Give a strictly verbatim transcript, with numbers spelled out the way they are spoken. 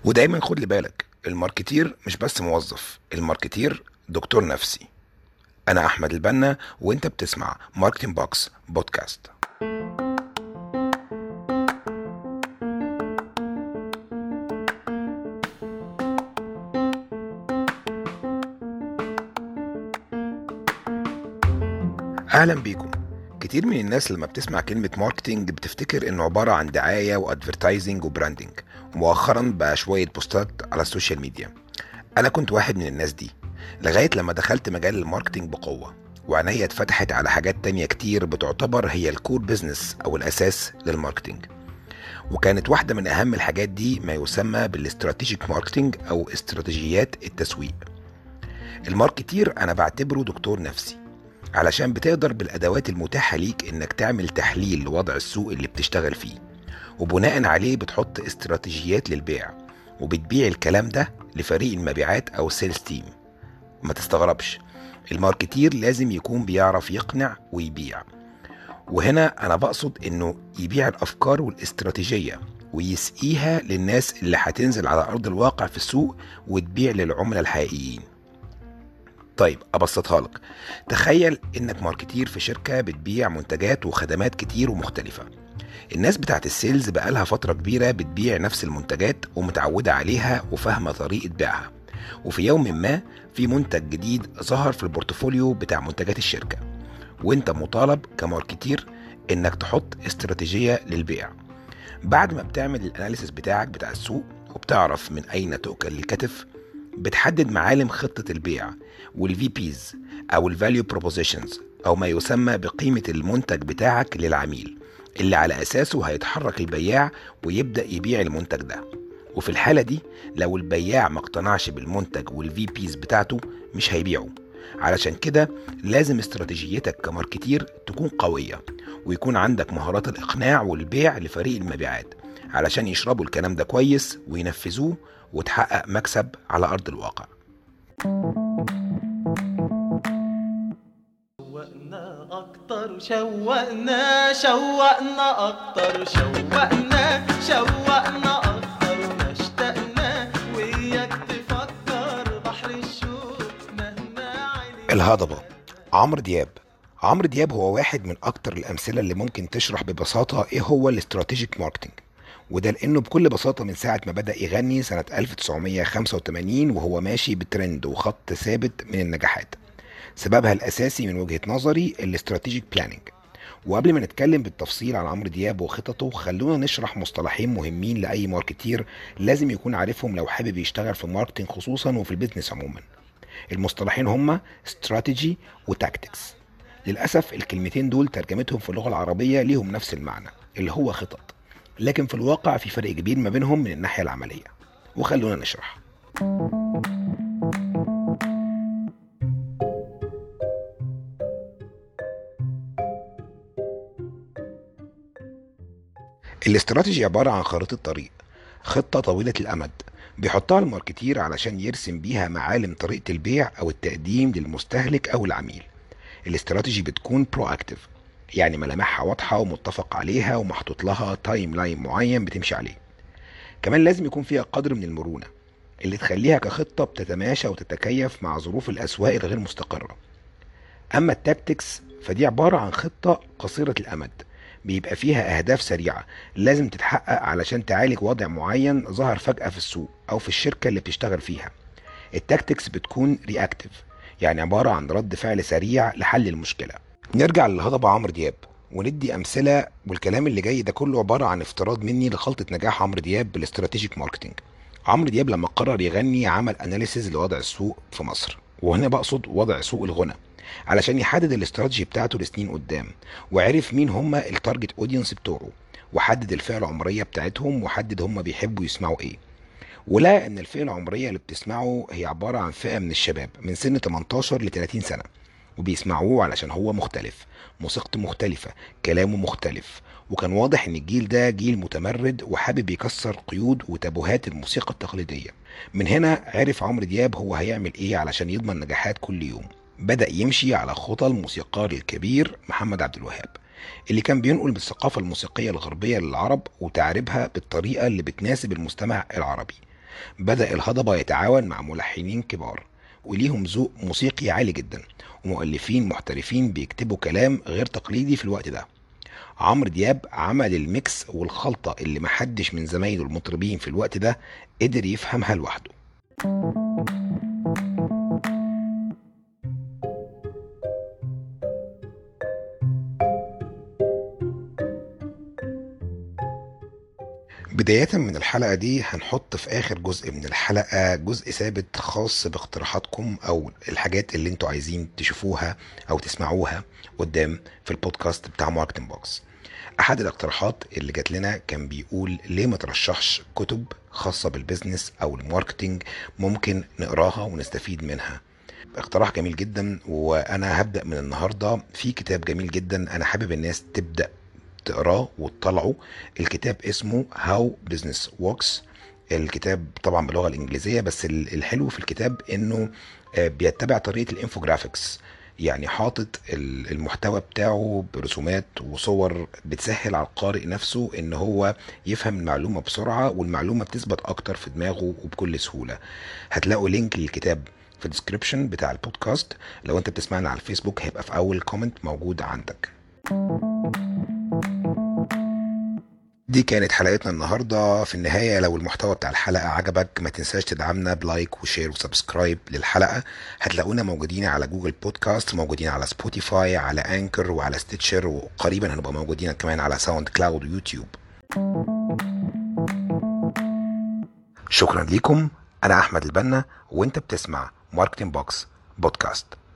ودايما خد لي بالك، الماركتير مش بس موظف، الماركتير دكتور نفسي. انا احمد البنا وانت بتسمع ماركتنج بوكس بودكاست. اهلا بيكم. كتير من الناس لما بتسمع كلمة ماركتينج بتفتكر انه عبارة عن دعاية وادفرتايزنج وبراندنج، ومؤخرا بقى شوية بوستات على السوشيال ميديا. انا كنت واحد من الناس دي لغاية لما دخلت مجال الماركتينج بقوة، وعينيا اتفتحت على حاجات تانية كتير بتعتبر هي الكور بيزنس او الاساس للماركتينج. وكانت واحدة من اهم الحاجات دي ما يسمى بالاستراتيجيك ماركتينج او استراتيجيات التسويق. الماركتير انا بعتبره دكتور نفسي، علشان بتقدر بالادوات المتاحة ليك انك تعمل تحليل لوضع السوق اللي بتشتغل فيه، وبناء عليه بتحط استراتيجيات للبيع، وبتبيع الكلام ده لفريق المبيعات او سيلز تيم. ما تستغربش، الماركتير لازم يكون بيعرف يقنع ويبيع. وهنا انا بقصد انه يبيع الافكار والاستراتيجية ويسقيها للناس اللي هتنزل على ارض الواقع في السوق وتبيع للعملاء الحقيقيين. طيب ابسطها لك، تخيل انك ماركتير في شركة بتبيع منتجات وخدمات كتير ومختلفة. الناس بتاعت السيلز بقالها فترة كبيرة بتبيع نفس المنتجات ومتعودة عليها وفاهمة طريقة بيعها، وفي يوم ما في منتج جديد ظهر في البورتفوليو بتاع منتجات الشركة، وانت مطالب كماركتير انك تحط استراتيجية للبيع. بعد ما بتعمل الاناليسيس بتاعك بتاع السوق وبتعرف من اين تؤكل الكتف، بتحدد معالم خطة البيع والفي بيز او الفاليو بروبوزيشنز، او ما يسمى بقيمة المنتج بتاعك للعميل اللي على اساسه هيتحرك البياع ويبدأ يبيع المنتج ده. وفي الحالة دي لو البياع ما اقتنعش بالمنتج والفي بيز بتاعته مش هيبيعه. علشان كده لازم استراتيجيتك كماركتير تكون قوية، ويكون عندك مهارات الاقناع والبيع لفريق المبيعات علشان يشربوا الكلام ده كويس وينفذوه وتحقق مكسب على ارض الواقع. شوقنا أكتر شوقنا شوقنا أكتر شوقنا شوقنا أكتر ما اشتقنا وياك تفكر بحر الشوق مهما عليك. الهضبة، عمرو دياب. عمرو دياب هو واحد من اكتر الامثلة اللي ممكن تشرح ببساطة ايه هو الاستراتيجيك ماركتينج، وده لانه بكل بساطة من ساعة ما بدأ يغني سنة ألف وتسعمية وخمسة وتمانين وهو ماشي بترند وخط ثابت من النجاحات. سببها الاساسي من وجهة نظري الاستراتيجيك بلاننج. وقبل ما نتكلم بالتفصيل عن عمرو دياب وخططه، خلونا نشرح مصطلحين مهمين لاي ماركتير لازم يكون عارفهم لو حابب يشتغل في الماركتينج خصوصا وفي البيزنس عموما. المصطلحين هما استراتيجي وتاكتكس. للاسف الكلمتين دول ترجمتهم في اللغة العربية ليهم نفس المعنى اللي هو خطط، لكن في الواقع في فرق كبير ما بينهم من الناحية العملية، وخلونا نشرح. الاستراتيجي عبارة عن خريطة طريق، خطة طويلة الأمد بيحطها الماركتير علشان يرسم بيها معالم طريقة البيع أو التقديم للمستهلك أو العميل. الاستراتيجي بتكون برو اكتيف، يعني ملامحها واضحة ومتفق عليها ومحطوط لها تايم لاين معين بتمشي عليه. كمان لازم يكون فيها قدر من المرونة اللي تخليها كخطة بتتماشى وتتكيف مع ظروف الأسواق الغير مستقرة. أما التاكتكس فدي عبارة عن خطة قصيرة الأمد بيبقى فيها أهداف سريعة لازم تتحقق علشان تعالج وضع معين ظهر فجأة في السوق أو في الشركة اللي بتشتغل فيها. التاكتكس بتكون رياكتيف، يعني عبارة عن رد فعل سريع لحل المشكلة. نرجع للهضبة عمرو دياب وندي أمثلة، والكلام اللي جاي ده كله عبارة عن افتراض مني لخلطة نجاح عمرو دياب بالاستراتيجيك ماركتينج. عمرو دياب لما قرر يغني عمل اناليسيز لوضع السوق في مصر، وهنا بقصد وضع سوق الغنى، علشان يحدد الاستراتيجي بتاعته لسنين قدام، وعرف مين هم التارجت اودينس بتوعه، وحدد الفئة العمرية بتاعتهم، وحدد هم بيحبوا يسمعوا ايه. ولا ان الفئة العمرية اللي بتسمعه هي عبارة عن فئة من الشباب من سن تمنتاشر ل تلاتين سنة، وبيسمعوه علشان هو مختلف، موسيقته مختلفة، كلامه مختلف. وكان واضح ان الجيل ده جيل متمرد وحابب يكسر قيود وتابوهات الموسيقى التقليدية. من هنا عرف عمرو دياب هو هيعمل ايه علشان يضمن نجاحات كل يوم. بدأ يمشي على خطى الموسيقار الكبير محمد عبد الوهاب، اللي كان بينقل بالثقافة الموسيقية الغربية للعرب وتعريبها بالطريقة اللي بتناسب المستمع العربي. بدأ الهضبة يتعاون مع ملحنين كبار وليهم ذوق موسيقي عالي جدا، ومؤلفين محترفين بيكتبوا كلام غير تقليدي في الوقت ده. عمرو دياب عمل الميكس والخلطة اللي محدش من زمايله المطربين في الوقت ده قدر يفهمها لوحده. بداية من الحلقة دي هنحط في آخر جزء من الحلقة جزء ثابت خاص باقتراحاتكم أو الحاجات اللي انتوا عايزين تشوفوها أو تسمعوها قدام في البودكاست بتاع ماركتنج بوكس. أحد الاقتراحات اللي جات لنا كان بيقول ليه ما ترشحش كتب خاصة بالبزنس أو الماركتنج ممكن نقراها ونستفيد منها. اقتراح جميل جدا، وأنا هبدأ من النهاردة في كتاب جميل جدا أنا حابب الناس تبدأ تقراه وتطلعه. الكتاب اسمه How Business Works. الكتاب طبعا باللغة الإنجليزية، بس الحلو في الكتاب إنه بيتبع طريقة الانفوجرافيكس، يعني حاطط المحتوى بتاعه برسومات وصور بتسهل على القارئ نفسه إن هو يفهم المعلومة بسرعة، والمعلومة بتثبت أكتر في دماغه وبكل سهولة. هتلاقوا لينك للكتاب في الديسكريبشن بتاع البودكاست. لو انت بتسمعنا على الفيسبوك هيبقى في أول كومنت موجود عندك. دي كانت حلقتنا النهاردة. في النهاية لو المحتوى بتاع الحلقة عجبك ما تنساش تدعمنا بلايك وشير وسبسكرايب للحلقة. هتلاقونا موجودين على جوجل بودكاست، موجودين على سبوتيفاي، على انكر وعلى ستيتشر، وقريبا هنبقى موجودين كمان على ساوند كلاود ويوتيوب. شكرا لكم. انا احمد البنا وانت بتسمع ماركتنج بوكس بودكاست.